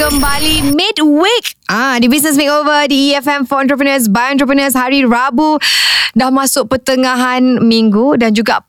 kembali midweek di Business Makeover di EFM for Entrepreneurs by Entrepreneurs. Hari Rabu dah masuk pertengahan minggu dan juga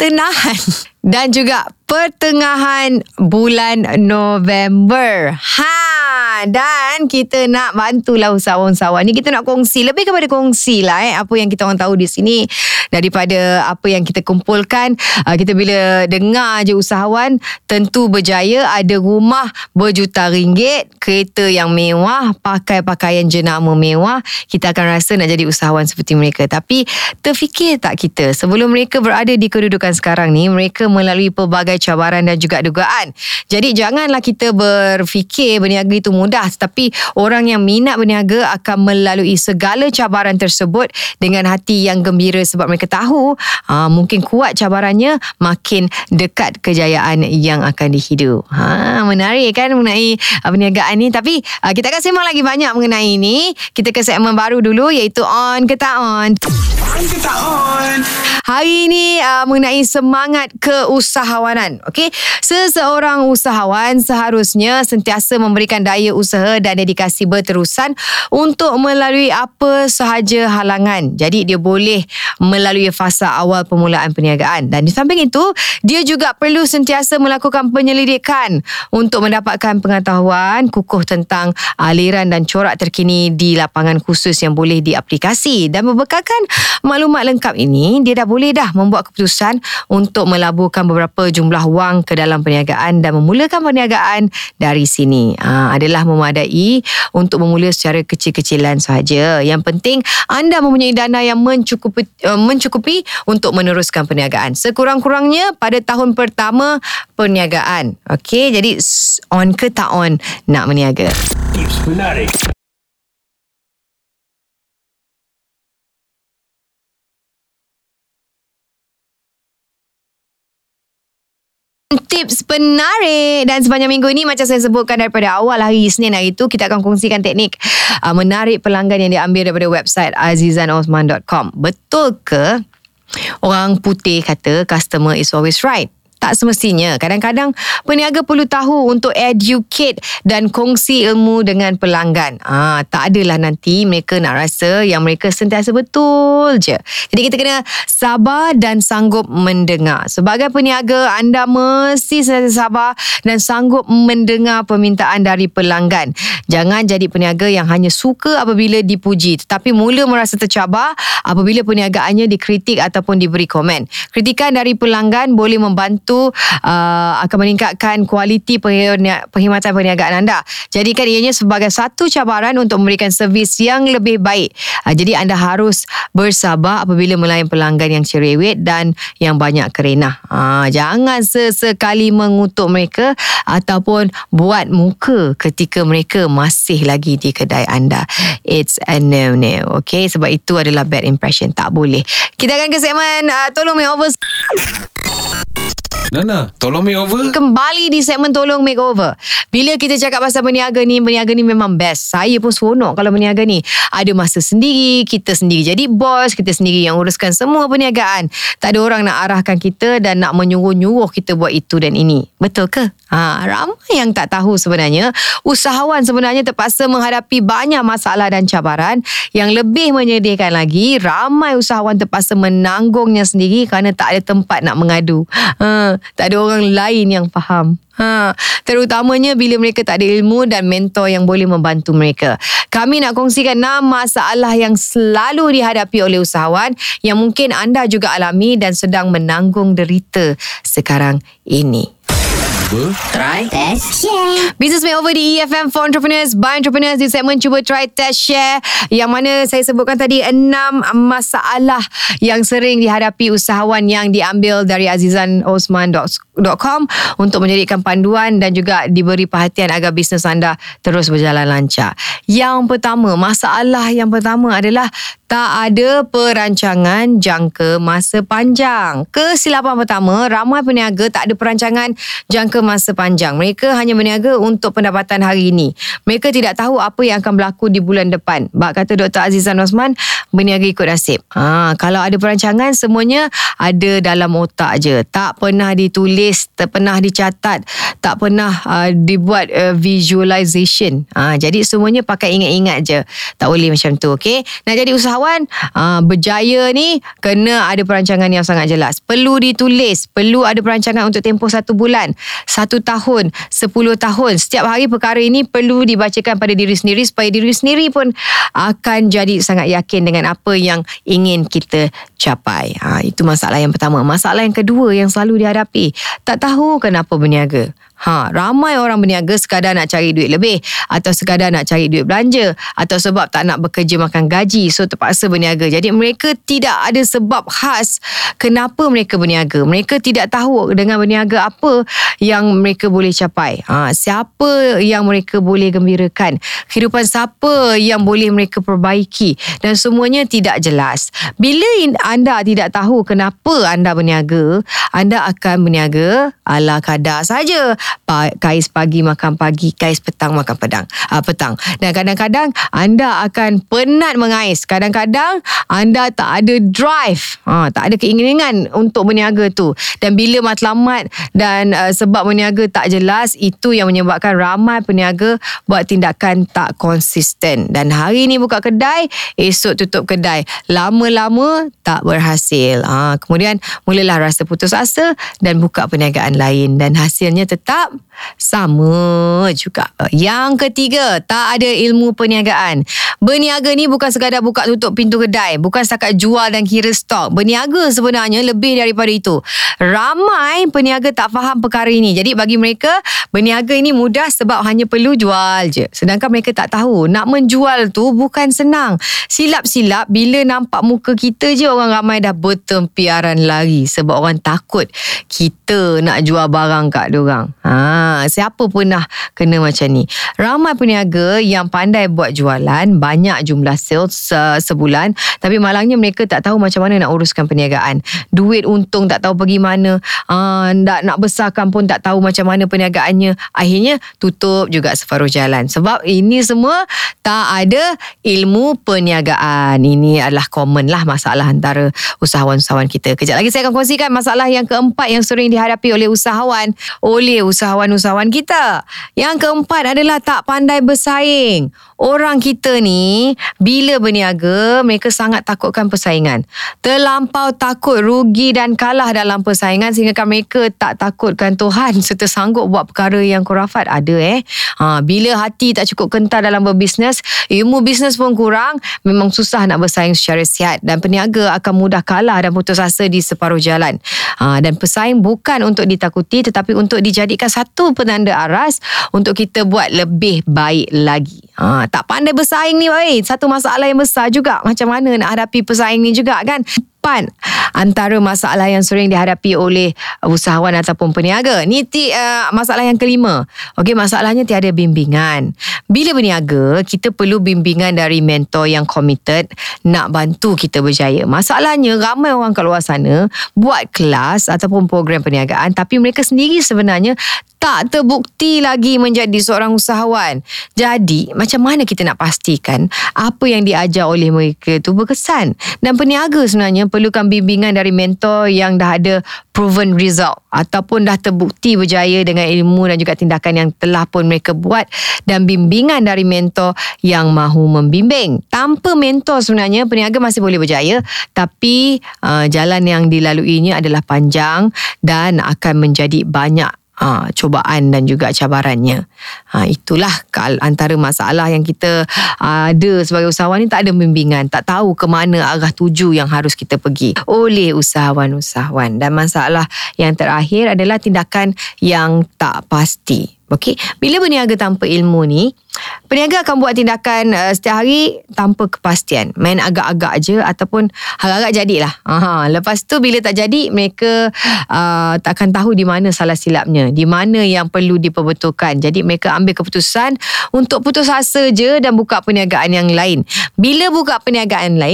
pertengahan bulan November. Dan kita nak bantulah usahawan-usahawan ni. Kita nak kongsi, lebih kepada kongsi lah apa yang kita orang tahu di sini daripada apa yang kita kumpulkan. Kita bila dengar je usahawan tentu berjaya, ada rumah berjuta ringgit, kereta yang mewah, pakai pakaian jenama mewah, kita akan rasa nak jadi usahawan seperti mereka. Tapi terfikir tak kita sebelum mereka berada di kedudukan sekarang ni, mereka melalui pelbagai cabaran dan juga dugaan. Jadi janganlah kita berfikir berniaga itu mudah, tetapi orang yang minat berniaga akan melalui segala cabaran tersebut dengan hati yang gembira sebab mereka tahu mungkin kuat cabarannya, makin dekat kejayaan yang akan dihidu. Menarik kan mengenai perniagaan ni. Tapi kita akan sembang lagi banyak mengenai ini. Kita ke segmen baru dulu, iaitu On ke Tak On. On ke Tak On. Hari ini mengenai semangat keusahawanan. Okey, seseorang usahawan seharusnya sentiasa memberikan daya usaha dan dedikasi berterusan untuk melalui apa sahaja halangan. Jadi dia boleh melalui fasa awal permulaan perniagaan. Dan di samping itu, dia juga perlu sentiasa melakukan penyelidikan untuk mendapatkan pengetahuan kukuh tentang aliran dan corak terkini di lapangan khusus yang boleh diaplikasi. Dan berbekalkan maklumat lengkap ini, dia dah boleh membuat keputusan untuk melaburkan beberapa jumlah wang ke dalam perniagaan dan memulakan perniagaan dari sini. Adalah memadai untuk memula secara kecil-kecilan sahaja. Yang penting anda mempunyai dana yang mencukupi untuk meneruskan perniagaan. Sekurang-kurangnya pada tahun pertama perniagaan. Okey, jadi on ke tak on nak berniaga? Tips menarik. Tips penarik. Dan sepanjang minggu ni, macam saya sebutkan daripada awal hari Isnin hari itu, kita akan kongsikan teknik menarik pelanggan yang diambil daripada website azizanosman.com. Betul ke orang putih kata customer is always right? Tak semestinya. Kadang-kadang peniaga perlu tahu untuk educate dan kongsi ilmu dengan pelanggan. Tak adalah nanti mereka nak rasa yang mereka sentiasa betul je. Jadi kita kena sabar dan sanggup mendengar. Sebagai peniaga, anda mesti sentiasa sabar dan sanggup mendengar permintaan dari pelanggan. Jangan jadi peniaga yang hanya suka apabila dipuji, tetapi mula merasa tercabar apabila perniagaannya dikritik ataupun diberi komen. Kritikan dari pelanggan boleh membantu akan meningkatkan kualiti perkhidmatan perniagaan anda. Jadikan ianya sebagai satu cabaran untuk memberikan servis yang lebih baik. Jadi anda harus bersabar apabila melayan pelanggan yang cerewet dan yang banyak kerenah. Jangan sesekali mengutuk mereka ataupun buat muka ketika mereka masih lagi di kedai anda. It's a no-no. Okay? Sebab itu adalah bad impression. Tak boleh. Kita akan ke segmen Tolong Makeover. Nana, tolong makeover. Kembali di segmen Tolong Makeover. Bila kita cakap pasal berniaga ni memang best. Saya pun seronok kalau berniaga ni. Ada masa sendiri, kita sendiri jadi bos, kita sendiri yang uruskan semua perniagaan. Tak ada orang nak arahkan kita dan nak menyuruh-nyuruh kita buat itu dan ini. Betul ke? Ramai yang tak tahu sebenarnya. Usahawan sebenarnya terpaksa menghadapi banyak masalah dan cabaran. Yang lebih menyedihkan lagi, ramai usahawan terpaksa menanggungnya sendiri kerana tak ada tempat nak mengadu. Tak ada orang lain yang faham. Terutamanya bila mereka tak ada ilmu dan mentor yang boleh membantu mereka. Kami nak kongsikan 6 masalah yang selalu dihadapi oleh usahawan yang mungkin anda juga alami dan sedang menanggung derita sekarang ini. Try, test, share. Business Makeover di EFM for Entrepreneurs by Entrepreneurs di segmen Cuba Try, Test, Share, yang mana saya sebutkan tadi 6 masalah yang sering dihadapi usahawan yang diambil dari azizanosman.com untuk menjadikan panduan dan juga diberi perhatian agar bisnes anda terus berjalan lancar. Yang pertama, masalah yang pertama adalah tak ada perancangan jangka masa panjang. Kesilapan pertama, ramai peniaga tak ada perancangan jangka masa panjang. Mereka hanya berniaga untuk pendapatan hari ini. Mereka tidak tahu apa yang akan berlaku di bulan depan. Bak kata Dr. Azizan Osman, berniaga ikut nasib. Kalau ada perancangan, semuanya ada dalam otak je. Tak pernah ditulis, tak pernah dicatat, tak pernah dibuat visualization. Jadi semuanya pakai ingat-ingat je. Tak boleh macam tu, okey? Nak jadi usahawan, berjaya ni kena ada perancangan yang sangat jelas. Perlu ditulis, perlu ada perancangan untuk tempoh 1 bulan, 1 tahun, 10 tahun. Setiap hari perkara ini perlu dibacakan pada diri sendiri supaya diri sendiri pun akan jadi sangat yakin dengan apa yang ingin kita capai. Itu masalah yang pertama. Masalah yang kedua yang selalu dihadapi, tak tahu kenapa berniaga. Ramai orang berniaga sekadar nak cari duit lebih, atau sekadar nak cari duit belanja, atau sebab tak nak bekerja makan gaji, so terpaksa berniaga. Jadi mereka tidak ada sebab khas kenapa mereka berniaga. Mereka tidak tahu dengan berniaga apa yang mereka boleh capai, siapa yang mereka boleh gembirakan, kehidupan siapa yang boleh mereka perbaiki, dan semuanya tidak jelas. Bila anda tidak tahu kenapa anda berniaga, anda akan berniaga ala kadar saja. Kais pagi makan pagi, kais petang makan petang. Dan kadang-kadang anda akan penat mengais. Kadang-kadang anda tak ada drive, tak ada keinginan untuk berniaga tu. Dan bila matlamat dan sebab berniaga tak jelas, itu yang menyebabkan ramai peniaga buat tindakan tak konsisten. Dan hari ni buka kedai, esok tutup kedai. Lama-lama tak berhasil. Kemudian mulalah rasa putus asa dan buka perniagaan lain. Dan hasilnya tetap sama juga. Yang ketiga, tak ada ilmu perniagaan. Berniaga ni bukan sekadar buka tutup pintu kedai, bukan setakat jual dan kira stok. Berniaga sebenarnya lebih daripada itu. Ramai peniaga tak faham perkara ini. Jadi bagi mereka, berniaga ini mudah sebab hanya perlu jual je. Sedangkan mereka tak tahu, nak menjual tu bukan senang. Silap-silap bila nampak muka kita je, orang ramai dah bertempiaran lari sebab orang takut kita nak jual barang kat diorang. Siapa pernah kena macam ni? Ramai peniaga yang pandai buat jualan, banyak jumlah sales sebulan, tapi malangnya mereka tak tahu macam mana nak uruskan perniagaan. Duit untung tak tahu pergi mana, nak besarkan pun tak tahu macam mana perniagaannya. Akhirnya tutup juga separuh jalan. Sebab ini semua tak ada ilmu perniagaan. Ini adalah common lah masalah antara usahawan-usahawan kita. Kejap lagi saya akan kongsikan masalah yang keempat yang sering dihadapi oleh usahawan-usahawan kita. Yang keempat adalah tak pandai bersaing. Orang kita ni bila berniaga, mereka sangat takutkan persaingan. Terlampau takut rugi dan kalah dalam persaingan sehingga mereka tak takutkan Tuhan serta sanggup buat perkara yang kurafat. Ada bila hati tak cukup kental dalam berbisnes, ilmu bisnes pun kurang, memang susah nak bersaing secara sihat, dan peniaga akan mudah kalah dan putus asa di separuh jalan. Dan pesaing bukan untuk ditakuti, tetapi untuk dijadikan satu penanda aras untuk kita buat lebih baik lagi. Tak pandai bersaing ni, satu masalah yang besar juga. Macam mana nak hadapi pesaing ni juga kan? Antara masalah yang sering dihadapi oleh usahawan ataupun peniaga. Ni masalah yang kelima. Okey, masalahnya tiada bimbingan. Bila berniaga, kita perlu bimbingan dari mentor yang committed nak bantu kita berjaya. Masalahnya ramai orang kat luar sana buat kelas ataupun program perniagaan, tapi mereka sendiri sebenarnya tak terbukti lagi menjadi seorang usahawan. Jadi, macam mana kita nak pastikan apa yang diajar oleh mereka tu berkesan? Dan peniaga sebenarnya perlukan bimbingan dari mentor yang dah ada proven result ataupun dah terbukti berjaya dengan ilmu dan juga tindakan yang telah pun mereka buat, dan bimbingan dari mentor yang mahu membimbing. Tanpa mentor sebenarnya peniaga masih boleh berjaya, tapi jalan yang dilaluinya adalah panjang dan akan menjadi banyak cobaan dan juga cabarannya. Itulah antara masalah yang kita ada sebagai usahawan ni, tak ada bimbingan, tak tahu ke mana arah tuju yang harus kita pergi oleh usahawan-usahawan. Dan masalah yang terakhir adalah tindakan yang tak pasti. Okey, bila berniaga tanpa ilmu ni, peniaga akan buat tindakan setiap hari tanpa kepastian. Main agak-agak je ataupun agak-agak jadilah. Lepas tu bila tak jadi, mereka tak akan tahu di mana salah silapnya, di mana yang perlu diperbetulkan. Jadi mereka ambil keputusan untuk putus asa je dan buka perniagaan yang lain. Bila buka perniagaan lain,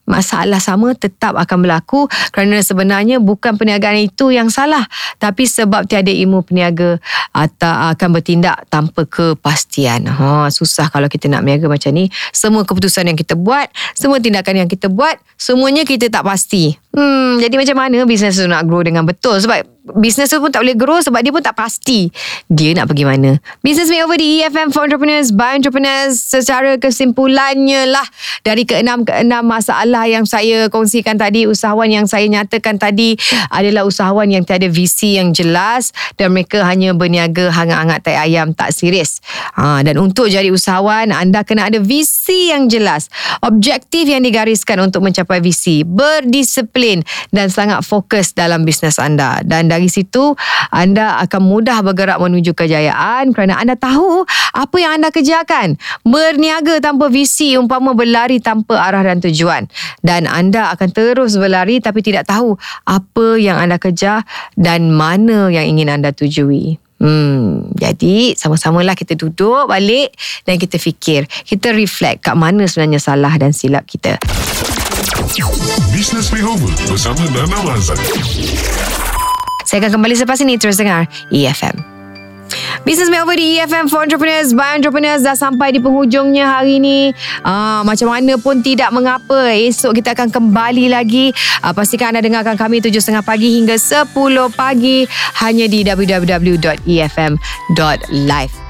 masalah sama tetap akan berlaku, kerana sebenarnya bukan perniagaan itu yang salah, tapi sebab tiada ilmu peniaga atau akan bertindak tanpa kepastian. Susah kalau kita nak berniaga macam ni. Semua keputusan yang kita buat, semua tindakan yang kita buat, semuanya kita tak pasti. Jadi macam mana bisnes tu nak grow dengan betul? Sebab bisnes tu pun tak boleh grow sebab dia pun tak pasti dia nak pergi mana. Business Makeover di EFM for Entrepreneurs by Entrepreneurs. Secara kesimpulannya lah, dari keenam masalah yang saya kongsikan tadi, usahawan yang saya nyatakan tadi adalah usahawan yang tiada visi yang jelas dan mereka hanya berniaga hangat-hangat tai ayam, tak serius. Dan untuk jadi usahawan, anda kena ada visi yang jelas, objektif yang digariskan untuk mencapai visi, berdisiplin dan sangat fokus dalam bisnes anda. Dan dari situ anda akan mudah bergerak menuju kejayaan kerana anda tahu apa yang anda kerjakan. Berniaga tanpa visi umpama berlari tanpa arah dan tujuan, dan anda akan terus berlari tapi tidak tahu apa yang anda kejar dan mana yang ingin anda tujui. Jadi sama-samalah kita duduk balik dan kita fikir, kita reflect kat mana sebenarnya salah dan silap kita. Business Makeover bersama Nana Mazan. Saya akan kembali selepas ini. Terus dengar EFM. Business Makeover di EFM for Entrepreneurs by Entrepreneurs dah sampai di penghujungnya hari ni. Macam mana pun tidak mengapa, esok kita akan kembali lagi. Pastikan anda dengarkan kami 7.30 pagi hingga 10 pagi hanya di www.efm.live.